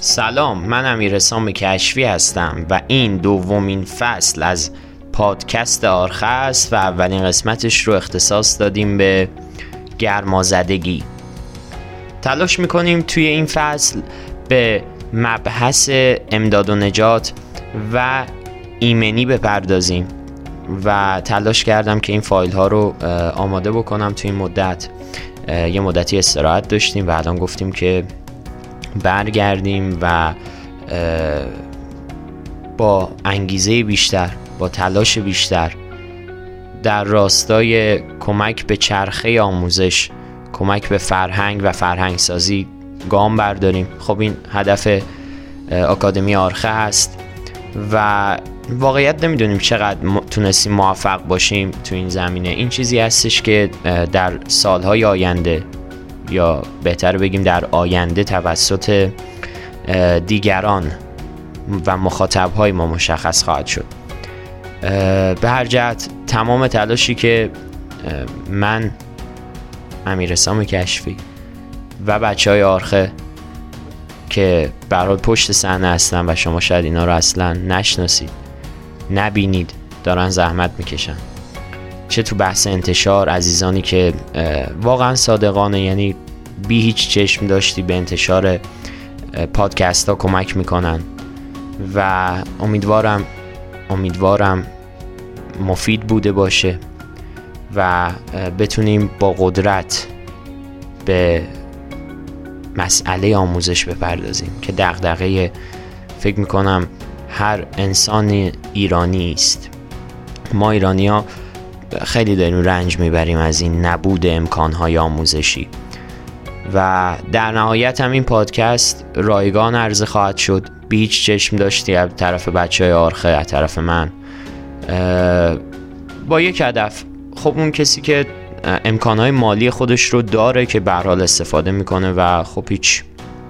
سلام، من امیرحسام کشفی هستم و این دومین فصل از پادکست آرخه است و اولین قسمتش رو اختصاص دادیم به گرمازدگی. تلاش میکنیم توی این فصل به مبحث امداد و نجات و ایمنی بپردازیم و تلاش کردم که این فایل ها رو آماده بکنم توی این مدت. یه مدتی استراحت داشتیم و الان گفتیم که برگردیم و با انگیزه بیشتر، با تلاش بیشتر در راستای کمک به چرخه آموزش، کمک به فرهنگ و فرهنگ سازی گام برداریم. خب این هدف آکادمی آرخه هست و واقعیت نمیدونیم چقدر تونستیم موفق باشیم تو این زمینه. این چیزی هستش که در سالهای آینده، یا بهتر بگیم در آینده، توسط دیگران و مخاطبهای ما مشخص خواهد شد. به هر جهت تمام تلاشی که من، امیرحسام کشفی و بچهای آرخه که به هر حال پشت صحنه هستن و شما شاید اینا رو اصلا نشناسید، نبینید، دارن زحمت میکشن. چه تو بحث انتشار، عزیزانی که واقعا صادقانه، یعنی بی هیچ چشم داشتی به انتشار پادکست ها کمک میکنن و امیدوارم مفید بوده باشه و بتونیم با قدرت به مسئله آموزش بپردازیم که دغدغه فکر میکنم هر انسان ایرانی است. ما ایرانی ها خیلی داریم رنج میبریم از این نبود امکانهای آموزشی و در نهایت هم این پادکست رایگان عرضه خواهد شد. به هیچ چشم داشتی از طرف بچهای آرخه، از طرف من، با یک هدف. خب اون کسی که امکانهای مالی خودش رو داره که به هر حال استفاده میکنه و خب هیچ.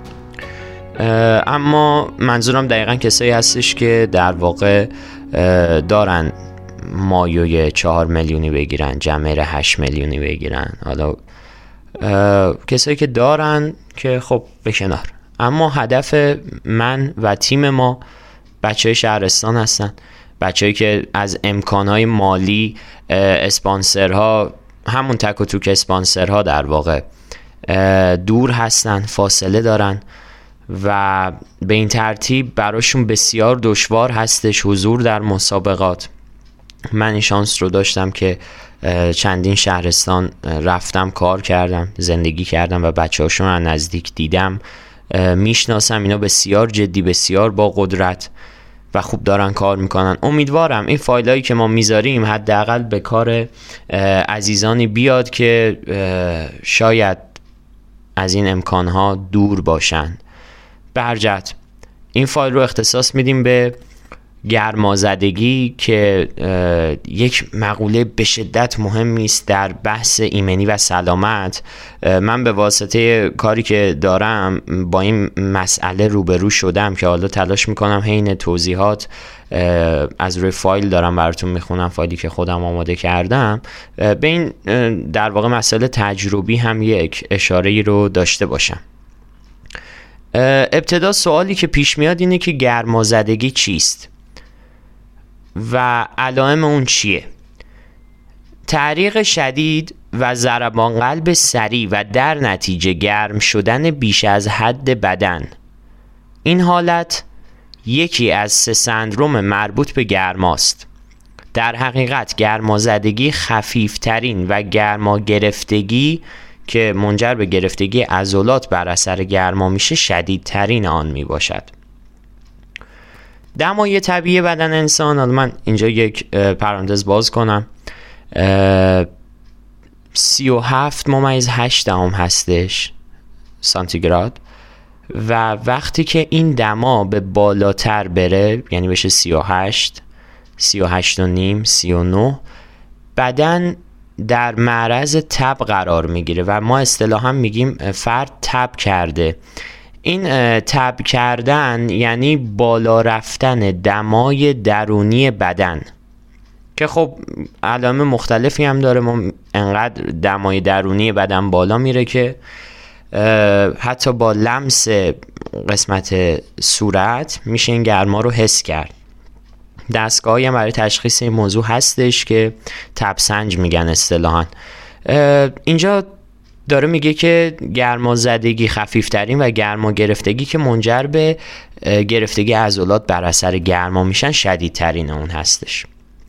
اما منظورم دقیقاً کسایی هستش که در واقع دارن مایوی 4 میلیونی بگیرن، جمعه 8 میلیونی بگیرن. حالا کسایی که دارن که خب به کنار. اما هدف من و تیم ما بچهای شهرستان هستن، بچهایی که از امکانهای مالی، اسپانسرها، همون تک و توک اسپانسرها در واقع دور هستن، فاصله دارن و به این ترتیب براشون بسیار دشوار هستش حضور در مسابقات. من این شانس رو داشتم که چندین شهرستان رفتم، کار کردم، زندگی کردم و بچه هاشون رو نزدیک دیدم، میشناسم. اینا بسیار جدی، بسیار با قدرت و خوب دارن کار میکنن. امیدوارم این فایلایی که ما میذاریم حداقل به کار عزیزانی بیاد که شاید از این امکانها دور باشن. به هر جهت این فایل رو اختصاص میدیم به گرمازدگی که یک مقوله به شدت مهمی است در بحث ایمنی و سلامت. من به واسطه کاری که دارم با این مسئله روبرو شدم که حالا تلاش میکنم حین توضیحات از روی فایل دارم براتون میخونم، فایلی که خودم آماده کردم، به این در واقع مسئله تجربی هم یک اشاره‌ای رو داشته باشم. ابتدا سوالی که پیش میاد اینه که گرمازدگی چیست و علائم اون چیه؟ تعریق شدید و ضربان قلب سریع و در نتیجه گرم شدن بیش از حد بدن. این حالت یکی از 3 سندروم مربوط به گرماست. در حقیقت گرمازدگی خفیفترین و گرما گرفتگی که منجر به گرفتگی عضلات بر اثر گرما میشه شدیدترین آن میباشد. دمای طبیعی بدن انسان، حالا من اینجا یک پرانتز باز کنم، 37.8 هستش سانتیگراد و وقتی که این دما به بالاتر بره، یعنی بشه 38 و نیم، 39، بدن در معرض تب قرار میگیره و ما اصطلاحاً میگیم فرد تب کرده. این تب کردن یعنی بالا رفتن دمای درونی بدن که خب علائم مختلفی هم داره. ما انقدر دمای درونی بدن بالا میره که حتی با لمس قسمت صورت میشه این گرما رو حس کرد. دستگاهی هم برای تشخیص این موضوع هستش که تبسنج میگن اصطلاحاً. اینجا داره میگه که گرمازدگی خفیفترین و گرما گرفتگی که منجر به گرفتگی عضلات بر اثر گرما میشن شدیدترین اون هستش.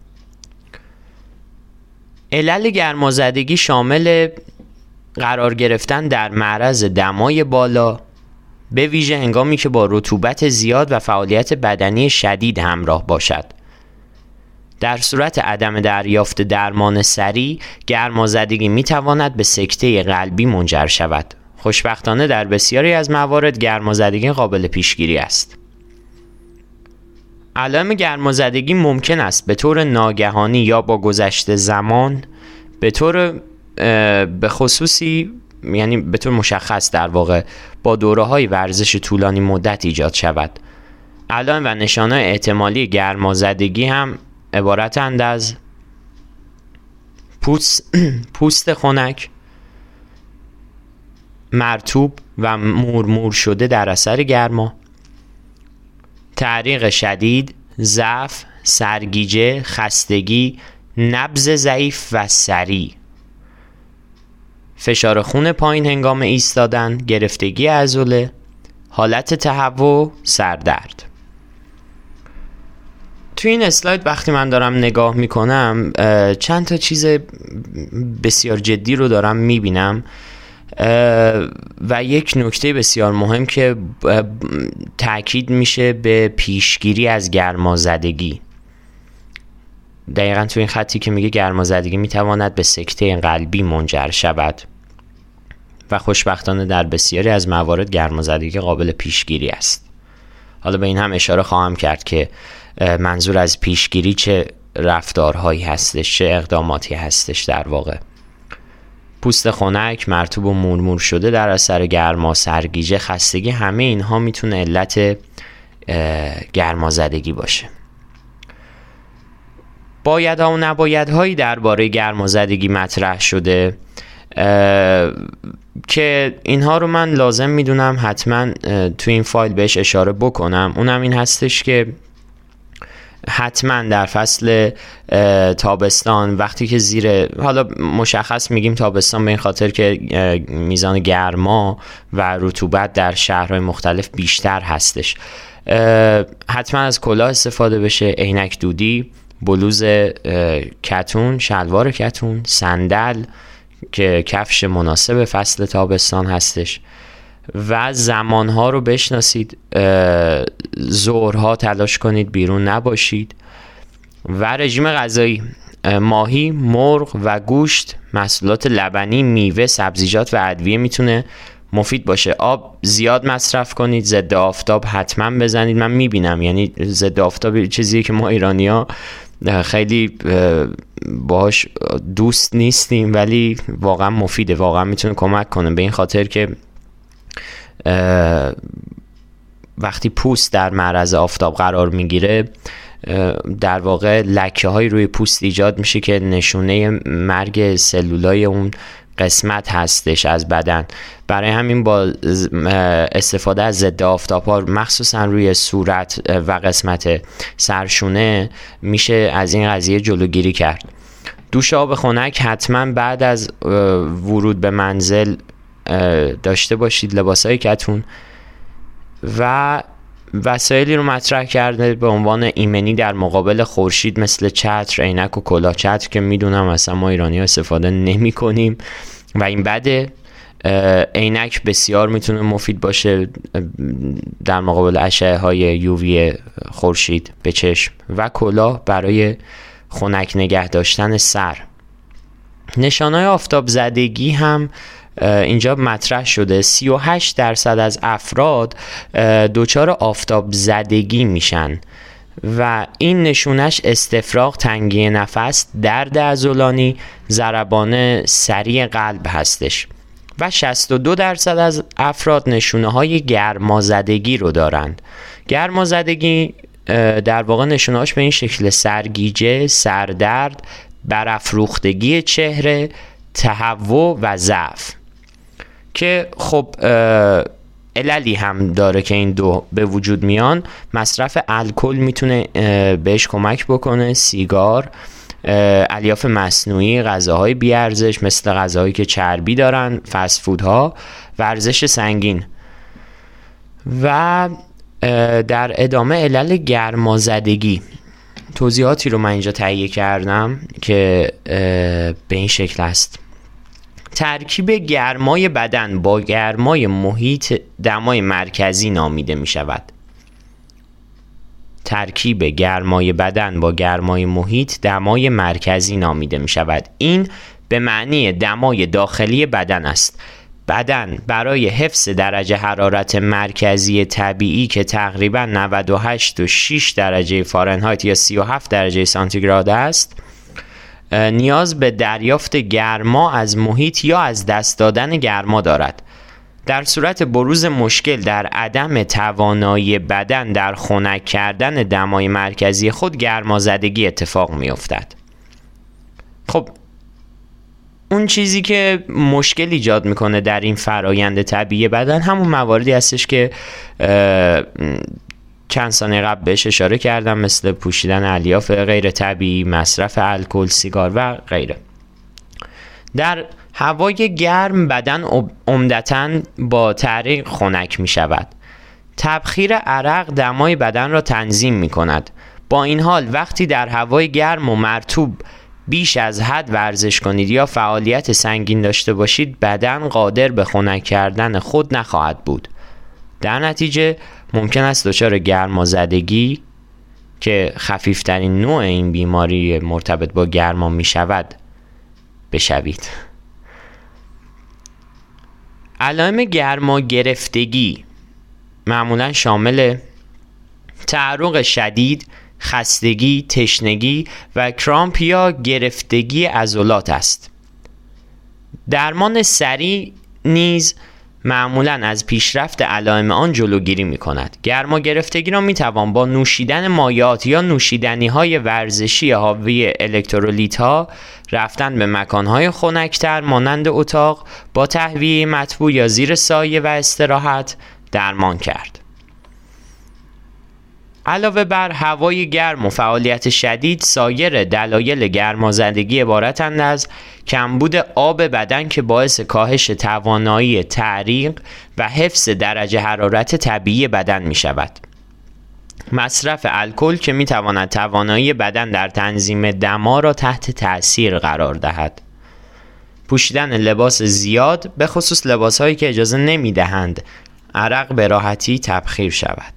علل گرمازدگی شامل قرار گرفتن در معرض دمای بالا، به ویژه هنگامی که با رطوبت زیاد و فعالیت بدنی شدید همراه باشد. در صورت عدم دریافت درمان سریع، گرمازدگی میتواند به سکته قلبی منجر شود. خوشبختانه در بسیاری از موارد گرمازدگی قابل پیشگیری است. علائم گرمازدگی ممکن است به طور ناگهانی یا با گذشت زمان به طور خصوصی، یعنی به طور مشخص در واقع، با دوره‌های ورزش طولانی مدت ایجاد شود. علائم و نشانه‌های احتمالی گرمازدگی هم عبارتند از پوست خنک، مرطوب و مورمور شده در اثر گرما، تعریق شدید، ضعف، سرگیجه، خستگی، نبض ضعیف و سریع، فشار خون پایین هنگام ایستادن، گرفتگی عضله، حالت تهوع، سردرد. توی این اسلاید وقتی من دارم نگاه میکنم چند تا چیز بسیار جدی رو دارم میبینم و یک نکته بسیار مهم که تأکید میشه به پیشگیری از گرمازدگی. دقیقاً توی این خطی که میگه گرمازدگی میتواند به سکته قلبی منجر شود و خوشبختانه در بسیاری از موارد گرمازدگی قابل پیشگیری است. حالا به این هم اشاره خواهم کرد که منظور از پیشگیری چه رفتارهایی هستش، چه اقداماتی هستش. در واقع پوست خنک، مرطوب و مورمور شده در اثر گرما، سرگیجه، خستگی، همه اینها میتونه علت گرمازدگی باشه. بایدها و نبایدهایی درباره گرمازدگی مطرح شده که اینها رو من لازم میدونم حتما تو این فایل بهش اشاره بکنم. اونم این هستش که حتما در فصل تابستان، وقتی که حالا مشخص میگیم تابستان به این خاطر که میزان گرما و رطوبت در شهرهای مختلف بیشتر هستش، حتما از کلاه استفاده بشه، عینک دودی، بلوز کتون، شلوار کتون، صندل که کفش مناسب فصل تابستان هستش و زمانها رو بشناسید. ظهرها تلاش کنید بیرون نباشید و رژیم غذایی: ماهی، مرغ و گوشت، محصولات لبنی، میوه، سبزیجات و ادویه میتونه مفید باشه. آب زیاد مصرف کنید، ضد آفتاب حتما بزنید. من میبینم یعنی ضد آفتاب چیزیه که ما ایرانی‌ها خیلی باهاش دوست نیستیم ولی واقعا مفیده، واقعا میتونه کمک کنه، به این خاطر که وقتی پوست در معرض آفتاب قرار میگیره در واقع لکه های روی پوست ایجاد میشه که نشونه مرگ سلولای اون قسمت هستش از بدن. برای همین با استفاده از ضد آفتاب ها مخصوصا روی صورت و قسمت سرشونه میشه از این قضیه جلوگیری کرد. دوش آب خنک حتما بعد از ورود به منزل داشته باشید. لباسای کتون و وسایلی رو مطرح کرده به عنوان ایمنی در مقابل خورشید، مثل چتر، عینک و کلاه. چتر که میدونم اصلا ما ایرانی‌ها استفاده نمی کنیم و این بده. عینک بسیار میتونه مفید باشه در مقابل اشعه های یووی خورشید به چشم و کلاه برای خنک نگه داشتن سر. نشانه‌های آفتاب زدگی هم اینجا مطرح شده. 38% از افراد دچار آفتاب زدگی میشن و این نشونش استفراغ، تنگی نفس، درد عضلانی، ضربان سریع قلب هستش و 62% از افراد نشونه‌های گرمازدگی رو دارند. گرمازدگی در واقع نشونه‌هاش به این شکل: سرگیجه، سردرد، برافروختگی چهره، تهوع و ضعف. که خب عللی هم داره که این دو به وجود میان. مصرف الکل میتونه بهش کمک بکنه، سیگار، الیاف مصنوعی، غذاهای بی‌ارزش مثل غذاهایی که چربی دارن، فست فودها، ورزش سنگین. و در ادامه علل گرمازدگی، توضیحاتی رو من اینجا تهیه کردم که به این شکل است: ترکیب گرمای بدن با گرمای محیط دمای مرکزی نامیده می شود. ترکیب گرمای بدن با گرمای محیط دمای مرکزی نامیده می شود. این به معنی دمای داخلی بدن است. بدن برای حفظ درجه حرارت مرکزی طبیعی که تقریباً 98.6 درجه فارنهایت یا 37 درجه سانتیگراد است، نیاز به دریافت گرما از محیط یا از دست دادن گرما دارد. در صورت بروز مشکل در عدم توانایی بدن در خنک کردن دمای مرکزی خود، گرمازدگی اتفاق می افتد. خب اون چیزی که مشکل ایجاد میکنه در این فرایند طبیعی بدن همون مواردی هستش که چند ثانیه قبل بهش اشاره کردم، مثل پوشیدن الیاف غیر طبیعی، مصرف الکل، سیگار و غیره. در هوای گرم بدن عمدتاً با تعریق خنک می شود. تبخیر عرق دمای بدن را تنظیم می کند. با این حال وقتی در هوای گرم و مرطوب بیش از حد ورزش کنید یا فعالیت سنگین داشته باشید، بدن قادر به خنک کردن خود نخواهد بود. در نتیجه ممکن است دچار گرمازدگی که خفیفترین نوع این بیماری مرتبط با گرما می شود بشوید. علائم گرما گرفتگی معمولا شامل تعرق شدید، خستگی، تشنگی و کرامپ یا گرفتگی عضلات است. درمان سریع نیز معمولاً از پیشرفت علائم آن جلوگیری می کند. گرما گرفتگی را می توان با نوشیدن مایعات یا نوشیدنی های ورزشی حاوی الکترولیت ها، رفتن به مکان های خنک‌تر مانند اتاق، با تهویه مطبوع یا زیر سایه و استراحت درمان کرد. علاوه بر هوای گرم و فعالیت شدید، سایر دلایل گرمازدگی عبارتند از کمبود آب بدن که باعث کاهش توانایی تعریق و حفظ درجه حرارت طبیعی بدن می شود. مصرف الکل که می تواند توانایی بدن در تنظیم دما را تحت تأثیر قرار دهد. پوشیدن لباس زیاد، به خصوص لباس هایی که اجازه نمی دهند عرق به راحتی تبخیر شود.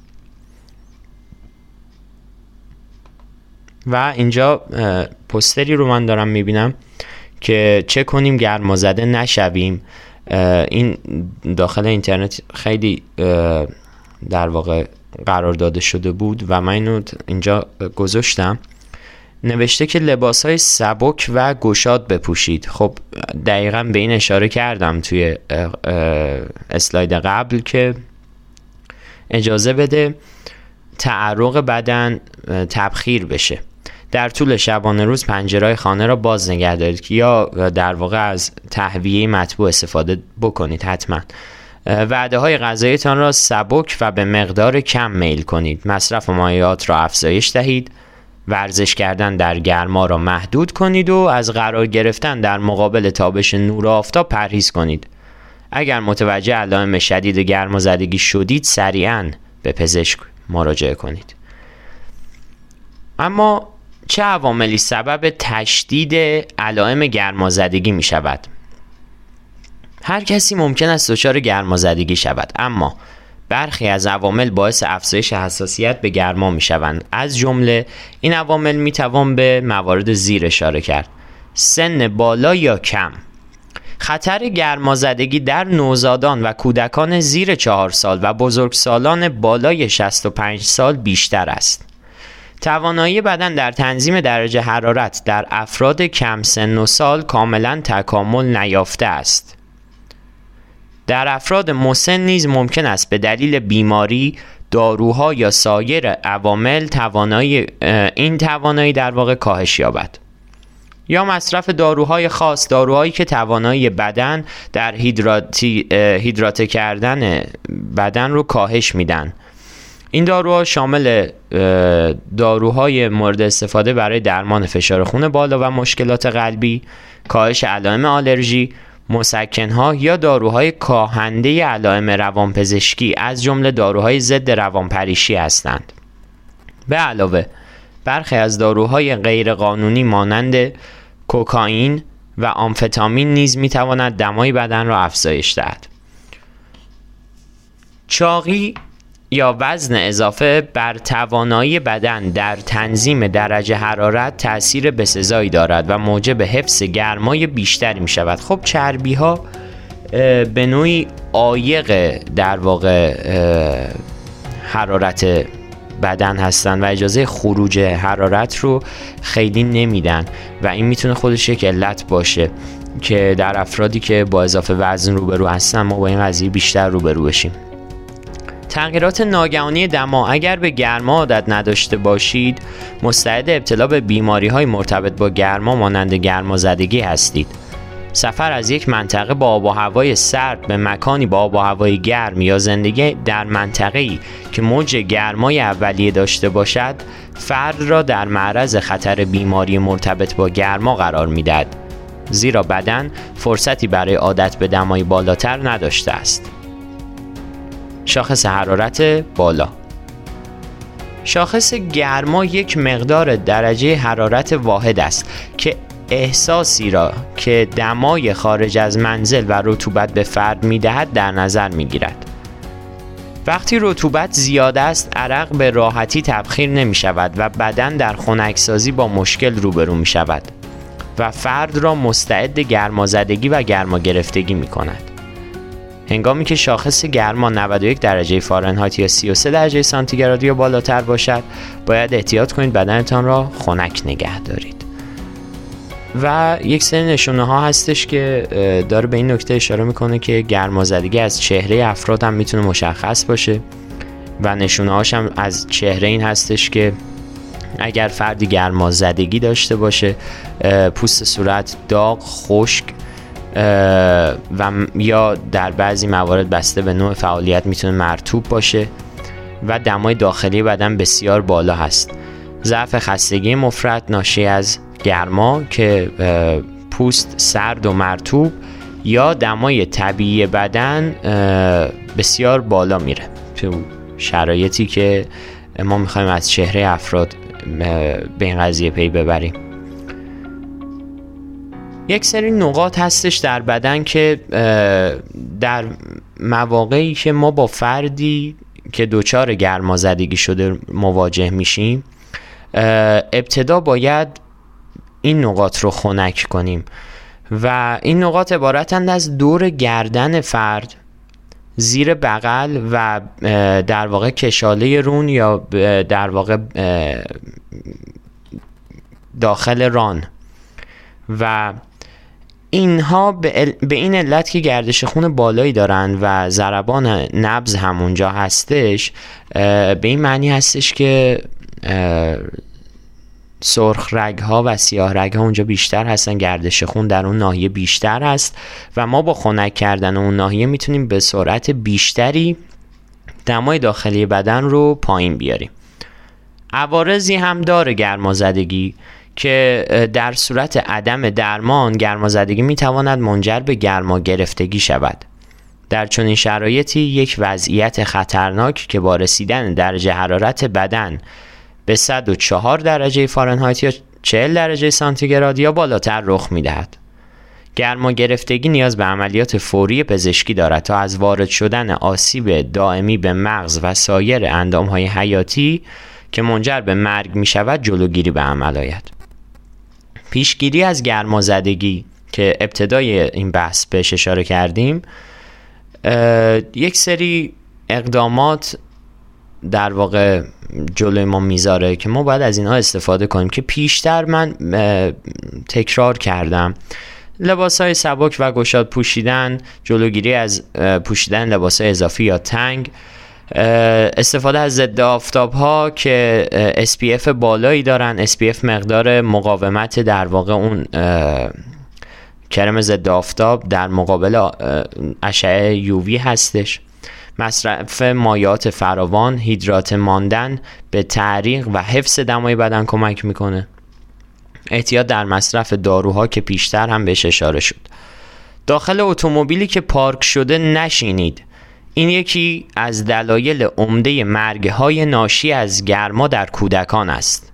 و اینجا پوستری رو من دارم میبینم که چه کنیم گرمازده نشویم. این داخل اینترنت خیلی در واقع قرار داده شده بود و من اینو اینجا گذاشتم. نوشته که لباسهای سبک و گشاد بپوشید. خب دقیقاً به این اشاره کردم توی اسلاید قبل که اجازه بده تعرق بدن تبخیر بشه. در طول شبانه روز پنجره‌های خانه را باز نگه دارید یا در واقع از تهویه مطبوع استفاده بکنید حتما. وعده‌های غذاییتان را سبک و به مقدار کم میل کنید. مصرف مایعات را افزایش دهید. ورزش کردن در گرما را محدود کنید و از قرار گرفتن در مقابل تابش نور آفتاب پرهیز کنید. اگر متوجه علائم شدید گرمازدگی شدید، سریعاً به پزشک مراجعه کنید. اما چه عواملی سبب تشدید علائم گرمازدگی می شود؟ هر کسی ممکن است دچار گرمازدگی شود، اما برخی از عوامل باعث افزایش حساسیت به گرما می شوند. از جمله این عوامل می توان به موارد زیر اشاره کرد: سن بالا یا کم. خطر گرمازدگی در نوزادان و کودکان زیر 4 سال و بزرگسالان بالای 65 سال بیشتر است. توانایی بدن در تنظیم درجه حرارت در افراد کم سن و سال کاملا تکامل نیافته است. در افراد مسن نیز ممکن است به دلیل بیماری، داروها یا سایر عوامل توانایی در واقع کاهش یابد. یا مصرف داروهای خاص، داروهایی که توانایی بدن در هیدراته کردن بدن رو کاهش میدن. این داروها شامل داروهای مورد استفاده برای درمان فشار خون بالا و مشکلات قلبی، کاهش علائم آلرژی، مسکن‌ها یا داروهای کاهنده علائم روانپزشکی از جمله داروهای ضد روانپریشی هستند. به علاوه برخی از داروهای غیرقانونی مانند کوکائین و آمفتامین نیز می‌تواند دمای بدن را افزایش دهد. چاقی یا وزن اضافه بر توانایی بدن در تنظیم درجه حرارت تأثیر بسزایی دارد و موجب حفظ گرمای بیشتری می شود. خب چربی ها به نوعی عایق در واقع حرارت بدن هستن و اجازه خروج حرارت رو خیلی نمیدن و این میتونه خودش یک علت باشه که در افرادی که با اضافه وزن روبرو هستن ما با این قضیه بیشتر روبرو بشیم. تغییرات ناگهانی دما: اگر به گرما عادت نداشته باشید مستعد ابتلا به بیماری‌های مرتبط با گرما مانند گرمازدگی هستید. سفر از یک منطقه با آب و هوای سرد به مکانی با آب و هوای گرم یا زندگی در منطقه‌ای که موج گرمای اولیه داشته باشد فرد را در معرض خطر بیماری مرتبط با گرما قرار می‌دهد، زیرا بدن فرصتی برای عادت به دمای بالاتر نداشته است. شاخص حرارت بالا: شاخص گرما یک مقدار درجه حرارت واحد است که احساسی را که دمای خارج از منزل و رطوبت به فرد می‌دهد در نظر می‌گیرد. وقتی رطوبت زیاد است عرق به راحتی تبخیر نمی‌شود و بدن در خنکسازی با مشکل روبرو می‌شود و فرد را مستعد گرمازدگی و گرما گرفتگی می‌کند. هنگامی که شاخص گرما 91 درجه فارنهایت یا 33 درجه سانتیگراد یا بالاتر باشد باید احتیاط کنید بدنتان را خنک نگه دارید. و یک سری نشونه ها هستش که داره به این نکته اشاره میکنه که گرمازدگی از چهره افراد هم میتونه مشخص باشه و نشونه هاش هم از چهره این هستش که اگر فردی گرمازدگی داشته باشه پوست صورت داغ، خشک و یا در بعضی موارد بسته به نوع فعالیت میتونه مرطوب باشه و دمای داخلی بدن بسیار بالا هست. ضعف خستگی مفرط ناشی از گرما که پوست سرد و مرطوب یا دمای طبیعی بدن بسیار بالا میره تو شرایطی که ما میخوایم از چهره افراد به این قضیه پی ببریم. یک سری نقاط هستش در بدن که در مواقعی که ما با فردی که دچار گرمازدگی شده مواجه میشیم ابتدا باید این نقاط رو خنک کنیم و این نقاط عبارتند از دور گردن فرد، زیر بغل و در واقع کشاله رون یا در واقع داخل ران و اینها به این علت که گردش خون بالایی دارن و ضربان نبض همونجا هستش به این معنی هستش که سرخ رگ ها و سیاه رگ ها اونجا بیشتر هستن، گردش خون در اون ناحیه بیشتر هست و ما با خنک کردن اون ناحیه میتونیم به سرعت بیشتری دمای داخلی بدن رو پایین بیاریم. عوارضی هم داره گرمازدگی که در صورت عدم درمان گرمازدگی میتواند منجر به گرما گرفتگی شود. در چنین شرایطی یک وضعیت خطرناک که با رسیدن درجه حرارت بدن به 104 درجه فارنهایت یا 40 درجه سانتیگراد یا بالاتر رخ میدهد. گرما گرفتگی نیاز به عملیات فوری پزشکی دارد تا از وارد شدن آسیب دائمی به مغز و سایر اندامهای حیاتی که منجر به مرگ می شود جلوگیری به عمل آید. پیشگیری از گرمازدگی که ابتدای این بحث بهش اشاره کردیم، یک سری اقدامات در واقع جلوی ما میذاره که ما باید از اینها استفاده کنیم که پیشتر من تکرار کردم. لباس‌های سبک و گشاد پوشیدن، جلوگیری از پوشیدن لباس‌های اضافی یا تنگ، استفاده از ضد آفتاب ها که SPF بالایی دارن. SPF مقدار مقاومت در واقع اون کرم ضد آفتاب در مقابل اشعه UV هستش. مصرف مایعات فراوان، هیدرات ماندن به تعریق و حفظ دمای بدن کمک میکنه. احتیاط در مصرف داروها که پیشتر هم بهش اشاره شد. داخل اتومبیلی که پارک شده نشینید. این یکی از دلایل عمده مرگ‌های ناشی از گرما در کودکان است.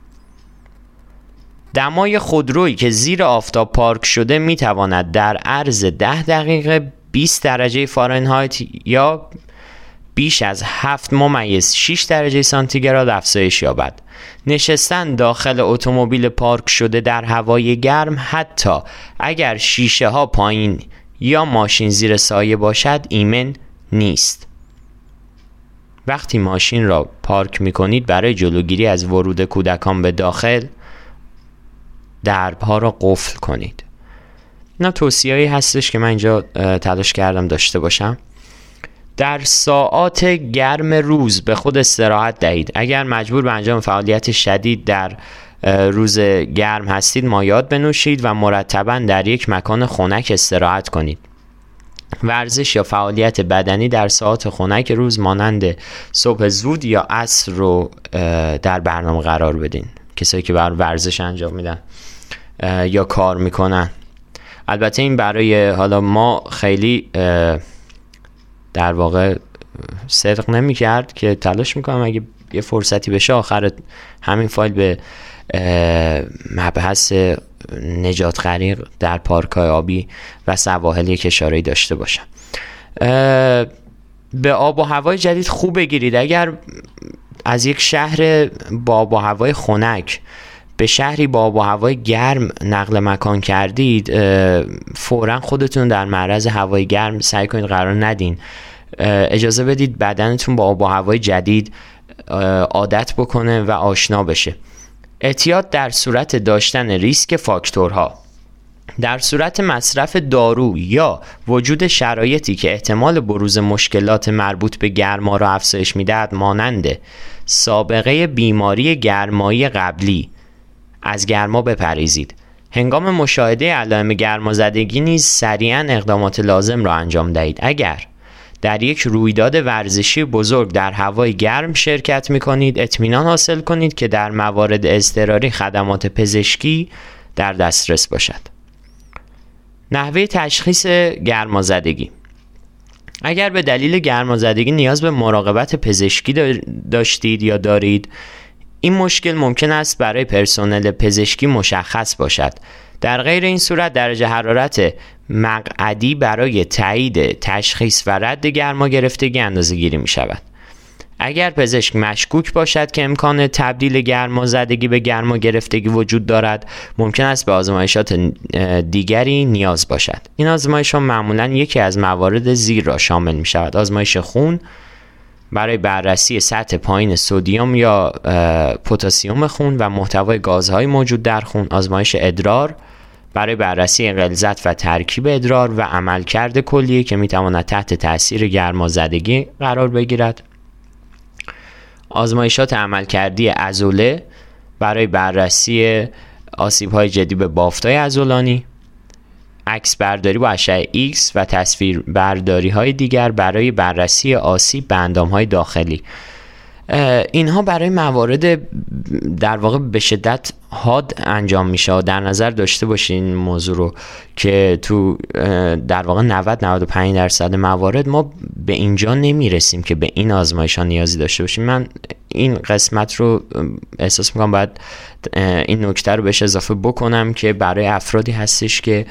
دمای خودرویی که زیر آفتاب پارک شده میتواند در عرض 10 دقیقه 20 درجه فارنهایت یا بیش از 7.6 درجه سانتیگراد افزایش یابد. نشستن داخل اتومبیل پارک شده در هوای گرم، حتی اگر شیشه ها پایین یا ماشین زیر سایه باشد، ایمن نیست. وقتی ماشین را پارک می کنید برای جلوگیری از ورود کودکان به داخل، دربها را قفل کنید. اینا توصیه‌ای هستش که من اینجا تلاش کردم داشته باشم. در ساعات گرم روز به خود استراحت دهید. اگر مجبور به انجام فعالیت شدید در روز گرم هستید، مایعات بنوشید و مرتباً در یک مکان خنک استراحت کنید. ورزش یا فعالیت بدنی در ساعات خنک روز مانند صبح زود یا عصر رو در برنامه قرار بدین. کسایی که بر ورزش انجام میدن یا کار میکنن. البته این برای حالا ما خیلی در واقع صدق نمی کرد که تلاش میکنم اگه یه فرصتی بشه آخر همین فایل به مبحث نجات غریق در پارک‌های آبی و سواحل کشورایی داشته باشم. به آب و هوای جدید خوب بگیرید. اگر از یک شهر با آب و هوای خنک به شهری با آب و هوای گرم نقل مکان کردید، فوراً خودتون در معرض هوای گرم سعی کنید قرار ندین. اجازه بدید بدنتون با آب و هوای جدید عادت بکنه و آشنا بشه. احتیاط در صورت داشتن ریسک فاکتورها. در صورت مصرف دارو یا وجود شرایطی که احتمال بروز مشکلات مربوط به گرما را افزایش می‌دهد، مانند سابقه بیماری گرمایی قبلی، از گرما بپرهیزید. هنگام مشاهده علائم گرمازدگی نیز سریعاً اقدامات لازم را انجام دهید. اگر در یک رویداد ورزشی بزرگ در هوای گرم شرکت می‌کنید، اطمینان حاصل کنید که در موارد اضطراری خدمات پزشکی در دسترس باشد. نحوه تشخیص گرمازدگی. اگر به دلیل گرمازدگی نیاز به مراقبت پزشکی داشتید یا دارید، این مشکل ممکن است برای پرسنل پزشکی مشخص باشد. در غیر این صورت درجه حرارت مقعدی برای تایید تشخیص و رد گرما گرفتگی اندازه‌گیری می شود. اگر پزشک مشکوک باشد که امکان تبدیل گرمازدگی به گرما گرفتگی وجود دارد، ممکن است به آزمایشات دیگری نیاز باشد. این آزمایش‌ها معمولاً یکی از موارد زیر را شامل می شود: آزمایش خون برای بررسی سطح پایین سدیم یا پتاسیم خون و محتوای گازهای موجود در خون، آزمایش ادرار برای بررسی غلظت و ترکیب ادرار و عملکرد کلیه که میتواند تحت تاثیر گرمازدگی قرار بگیرد، آزمایشات عملکردی عضله برای بررسی آسیب‌های جدی به بافت‌های عضلانی، عکس برداری با اشعه ایکس و تصویر برداری های دیگر برای بررسی آسیب به اندام‌های داخلی. اینها برای موارد در واقع به شدت حاد انجام میشه. در نظر داشته باشین این موضوع رو که تو در واقع 90-95% موارد ما به اینجا نمیرسیم که به این آزمایش ها نیازی داشته باشیم. من این قسمت رو احساس میکنم باید این نکته رو بهش اضافه بکنم که برای افرادی هستش که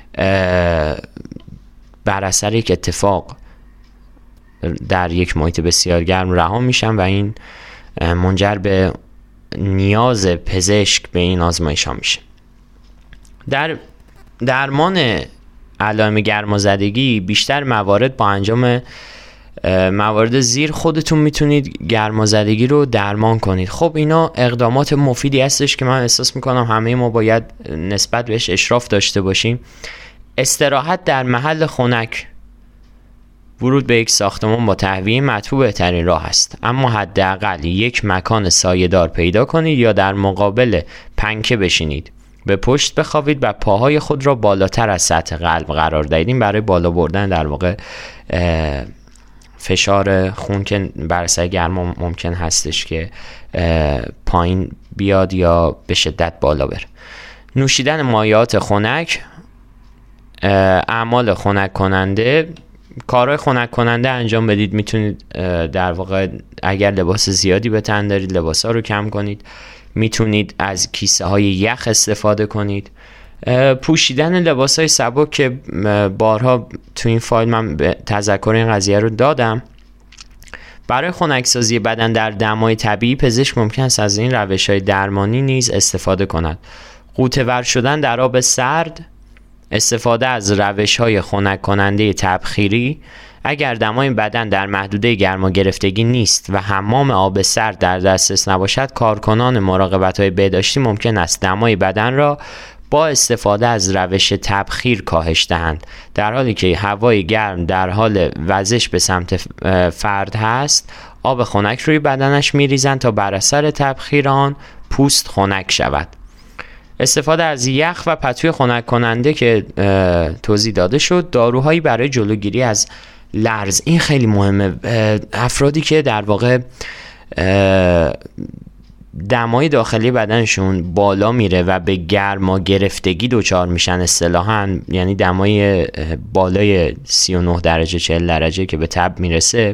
بر اثر یک اتفاق در یک محیط بسیار گرم رها میشن و این منجر به نیاز پزشک به این آزمایش ها میشه. در درمان علائم گرمازدگی بیشتر موارد با انجام موارد زیر خودتون میتونید گرمازدگی رو درمان کنید. خب اینا اقدامات مفیدی هستش که من احساس میکنم همه ما باید نسبت بهش اشراف داشته باشیم. استراحت در محل خنک، ورود به یک ساختمان با تهویه مطبوع بهترین راه است، اما حداقل یک مکان سایه‌دار پیدا کنید یا در مقابل پنکه بشینید، به پشت بخوابید و پاهای خود را بالاتر از سطح قلب قرار دهید. برای بالا بردن در واقع فشار خون که بر اثر گرما ممکن هستش که پایین بیاد یا به شدت بالا بره. نوشیدن مایعات خنک، اعمال خنک کننده، کارهای خنک کننده انجام بدید. میتونید در واقع اگر لباس زیادی به تن دارید لباسا رو کم کنید. میتونید از کیسه های یخ استفاده کنید. پوشیدن لباس های سبک که بارها تو این فایل من تذکر این قضیه رو دادم. برای خنکسازی بدن در دمای طبیعی پزشک ممکن است از این روش های درمانی نیز استفاده کند. غوطه‌ور شدن در آب سرد، استفاده از روش‌های خنک کننده تبخیری. اگر دمای بدن در محدوده گرما گرفتگی نیست و حمام آب سرد در دسترس نباشد، کارکنان مراقبت‌های بهداشتی ممکن است دمای بدن را با استفاده از روش تبخیر کاهش دهند. در حالی که هوای گرم در حال وزش به سمت فرد هست، آب خنک روی بدنش می‌ریزند تا بر اثر تبخیر آن پوست خنک شود. استفاده از یخ و پتوی خنک کننده که توضیح داده شد. داروهایی برای جلوگیری از لرز، این خیلی مهمه. افرادی که در واقع دمای داخلی بدنشون بالا میره و به گرما گرفتگی دچار میشن اصطلاحاً، یعنی دمای بالای 39 درجه 40 درجه که به تب میرسه،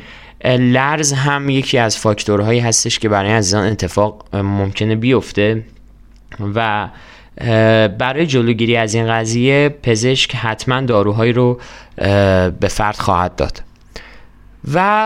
لرز هم یکی از فاکتورهایی هستش که برای عزیزان اتفاق ممکنه بیفته و برای جلوگیری از این قضیه پزشک حتما داروهایی رو به فرد خواهد داد. و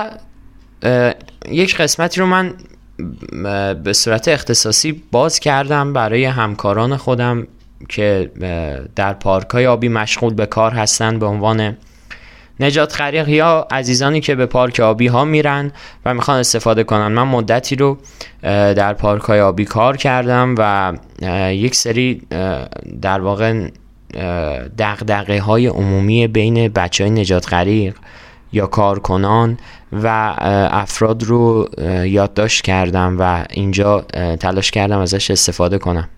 یک قسمتی رو من به صورت اختصاصی باز کردم برای همکاران خودم که در پارک‌های آبی مشغول به کار هستن به عنوان نجات غریق یا عزیزانی که به پارک آبی ها میرن و میخوان استفاده کنن. من مدتی رو در پارک های آبی کار کردم و یک سری در واقع دغدغه های عمومی بین بچه های نجات غریق یا کارکنان و افراد رو یادداشت کردم و اینجا تلاش کردم ازش استفاده کنم.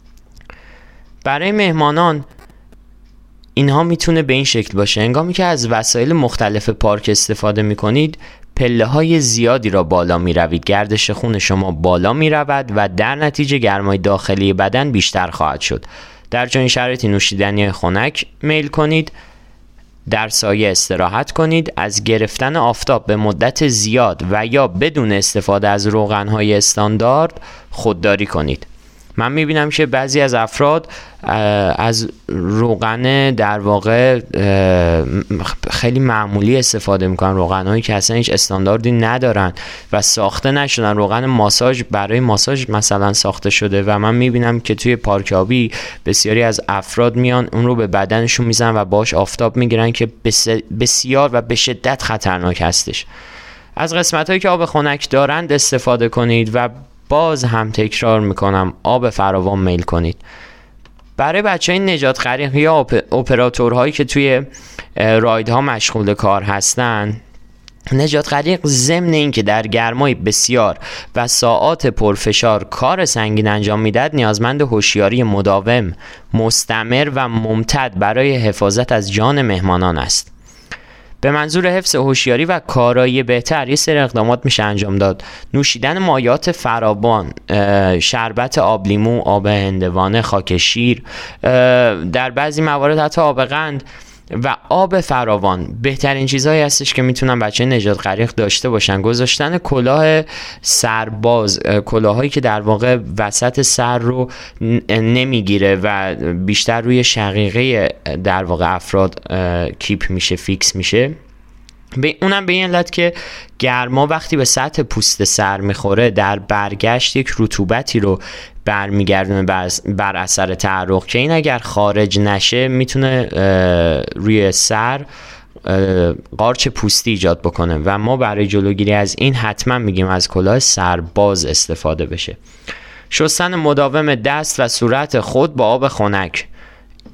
برای مهمانان اینها میتونه به این شکل باشه: هنگامی که از وسایل مختلف پارک استفاده میکنید، پله های زیادی را بالا میروید، گردش خون شما بالا میرود و در نتیجه گرمای داخلی بدن بیشتر خواهد شد. در چنین شرایطی نوشیدنی خنک میل کنید، در سایه استراحت کنید، از گرفتن آفتاب به مدت زیاد و یا بدون استفاده از روغن‌های استاندارد خودداری کنید. من میبینم که بعضی از افراد از روغن در واقع خیلی معمولی استفاده میکنن، روغنهایی که اصلا هیچ استانداردی ندارن و ساخته نشدن. روغن ماساژ برای ماساژ مثلا ساخته شده و من میبینم که توی پارک آبی بسیاری از افراد میان اون رو به بدنشون میزنن و باش آفتاب میگیرن که بسیار و به شدت خطرناک هستش. از قسمت‌هایی که آب خنک دارند استفاده کنید و باز هم تکرار میکنم آب فراوان میل کنید. برای بچه های نجات غریق یا اپراتورهایی که توی رایدها مشغول کار هستن، نجات غریق ضمن این که در گرمای بسیار و ساعات پرفشار کار سنگین انجام میدهد، نیازمند هوشیاری مداوم، مستمر و ممتد برای حفاظت از جان مهمانان است. به منظور حفظ هوشیاری و کارایی بهتر یه سری اقدامات میشه انجام داد: نوشیدن مایعات فراوان، شربت آب لیمو، آب هندوانه، خاک شیر، در بعضی موارد حتی آب قند و آب فراوان بهترین چیزهایی هستش که میتونن بچه نجات غریق داشته باشن. گذاشتن کلاه سرباز، کلاهایی که در واقع وسط سر رو نمیگیره و بیشتر روی شقیقه در واقع افراد کیپ میشه، فیکس میشه. اونم به این علت که گرما وقتی به سطح پوست سر میخوره در برگشت یک رطوبتی رو برمیگردونه بر اثر تعرق که این اگر خارج نشه میتونه روی سر قارچ پوستی ایجاد بکنه و ما برای جلوگیری از این حتما میگیم از کلاه سرباز استفاده بشه. شستن مداوم دست و صورت خود با آب خنک.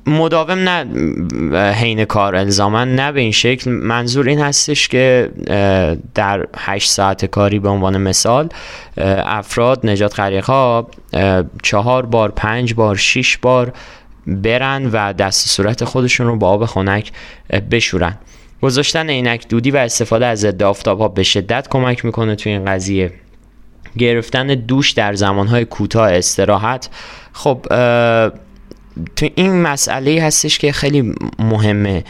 مداوم نه حین کار الزاما، نه به این شکل. منظور این هستش که در 8 ساعت کاری به عنوان مثال افراد نجات غریق‌ها 4 بار 5 بار 6 بار برن و دست صورت خودشون رو با آب خنک بشورن. گذاشتن عینک دودی و استفاده از ضد آفتاب‌ها به شدت کمک میکنه توی این قضیه. گرفتن دوش در زمانهای کوتاه، استراحت. خب تو این مسئله هستش که خیلی مهمه.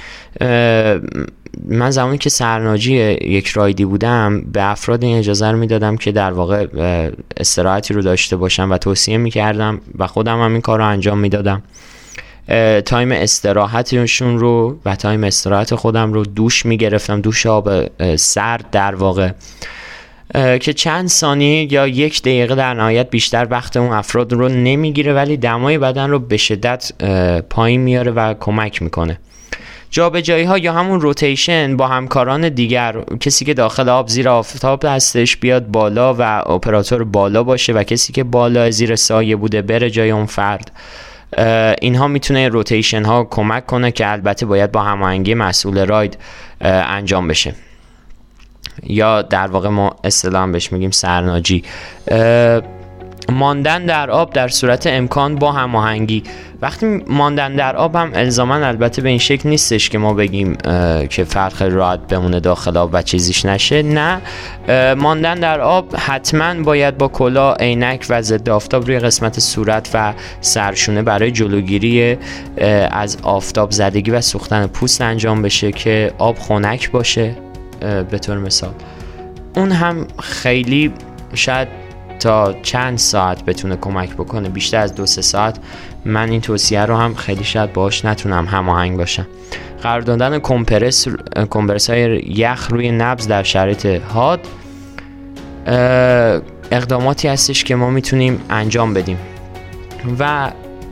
من زمانی که سرناجی یک رایدی بودم به افراد این اجازه رو میدادم که در واقع استراحتی رو داشته باشم و توصیه میکردم و خودم هم این کار رو انجام میدادم. تایم استراحتشون رو و تایم استراحت خودم رو دوش میگرفتم، دوش آب سرد در واقع، که چند ثانیه یا 1 دقیقه در نهایت بیشتر وقت اون افراد رو نمیگیره ولی دمای بدن رو به شدت پایین میاره و کمک میکنه. جابجایی ها یا همون روتیشن با همکاران دیگر، کسی که داخل آب زیر آفتاب هستش بیاد بالا و اپراتور بالا باشه و کسی که بالا زیر سایه بوده بره جای اون فرد. اینها میتونه روتیشن ها کمک کنه که البته باید با هماهنگی مسئول راید انجام بشه، یا در واقع ما اصطلاحاً بهش میگیم سرناجی. ماندن در آب در صورت امکان با هماهنگی. وقتی ماندن در آب هم الزاماً البته به این شکل نیستش که ما بگیم که فرق راحت بمونه داخل آب و چیزیش نشه، نه. ماندن در آب حتما باید با کلاه، عینک و ضد آفتاب روی قسمت صورت و سرشونه برای جلوگیری از آفتاب زدگی و سوختن پوست انجام بشه که آب خنک باشه. به طور مثال اون هم خیلی شاید تا چند ساعت بتونه کمک بکنه، بیشتر از 2-3 ساعت من این توصیه رو هم خیلی شاید باهاش نتونم هماهنگ باشم. قرار دادن کمپرس های یخ روی نبض در شرایط حاد اقداماتی هستش که ما میتونیم انجام بدیم. و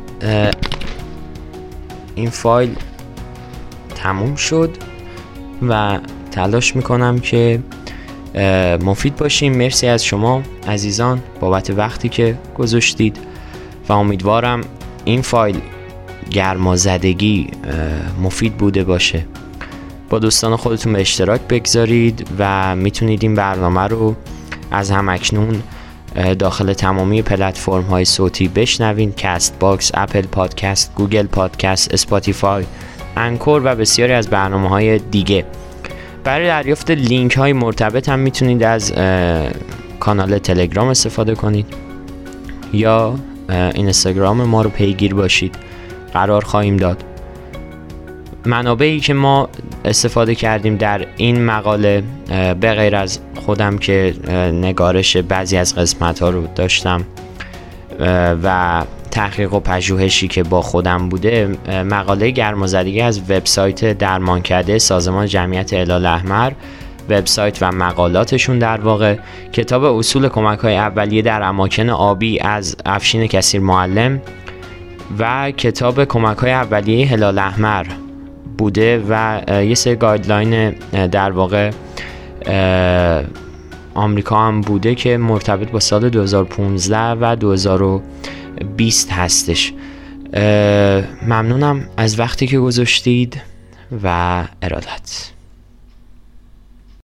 این فایل تموم شد و تلاش میکنم که مفید باشیم. مرسی از شما عزیزان بابت وقتی که گذاشتید و امیدوارم این فایل گرمازدگی مفید بوده باشه. با دوستان خودتون به اشتراک بگذارید و میتونید این برنامه رو از همکنون داخل تمامی پلتفرم های صوتی بشنوین: کست باکس، اپل پادکست، گوگل پادکست، اسپاتیفای، انکور و بسیاری از برنامه های دیگه. برای دریافت لینک های مرتبط هم میتونید از کانال تلگرام استفاده کنید یا اینستاگرام ما رو پیگیر باشید، قرار خواهیم داد. منابعی که ما استفاده کردیم در این مقاله به غیر از خودم که نگارش بعضی از قسمت ها رو داشتم و تحقیق و پژوهشی که با خودم بوده، مقاله گرمازدگی از وبسایت درمانکده سازمان جمعیت هلال احمر، وبسایت و مقالاتشون در واقع، کتاب اصول کمک‌های اولیه در اماکن آبی از افشین کثیر معلم و کتاب کمک‌های اولیه هلال احمر بوده و یه سری گایدلاین در واقع آمریکا هم بوده که مرتبط با سال 2015 و 2020 هستش. ممنونم از وقتی که گذاشتید و ارادت.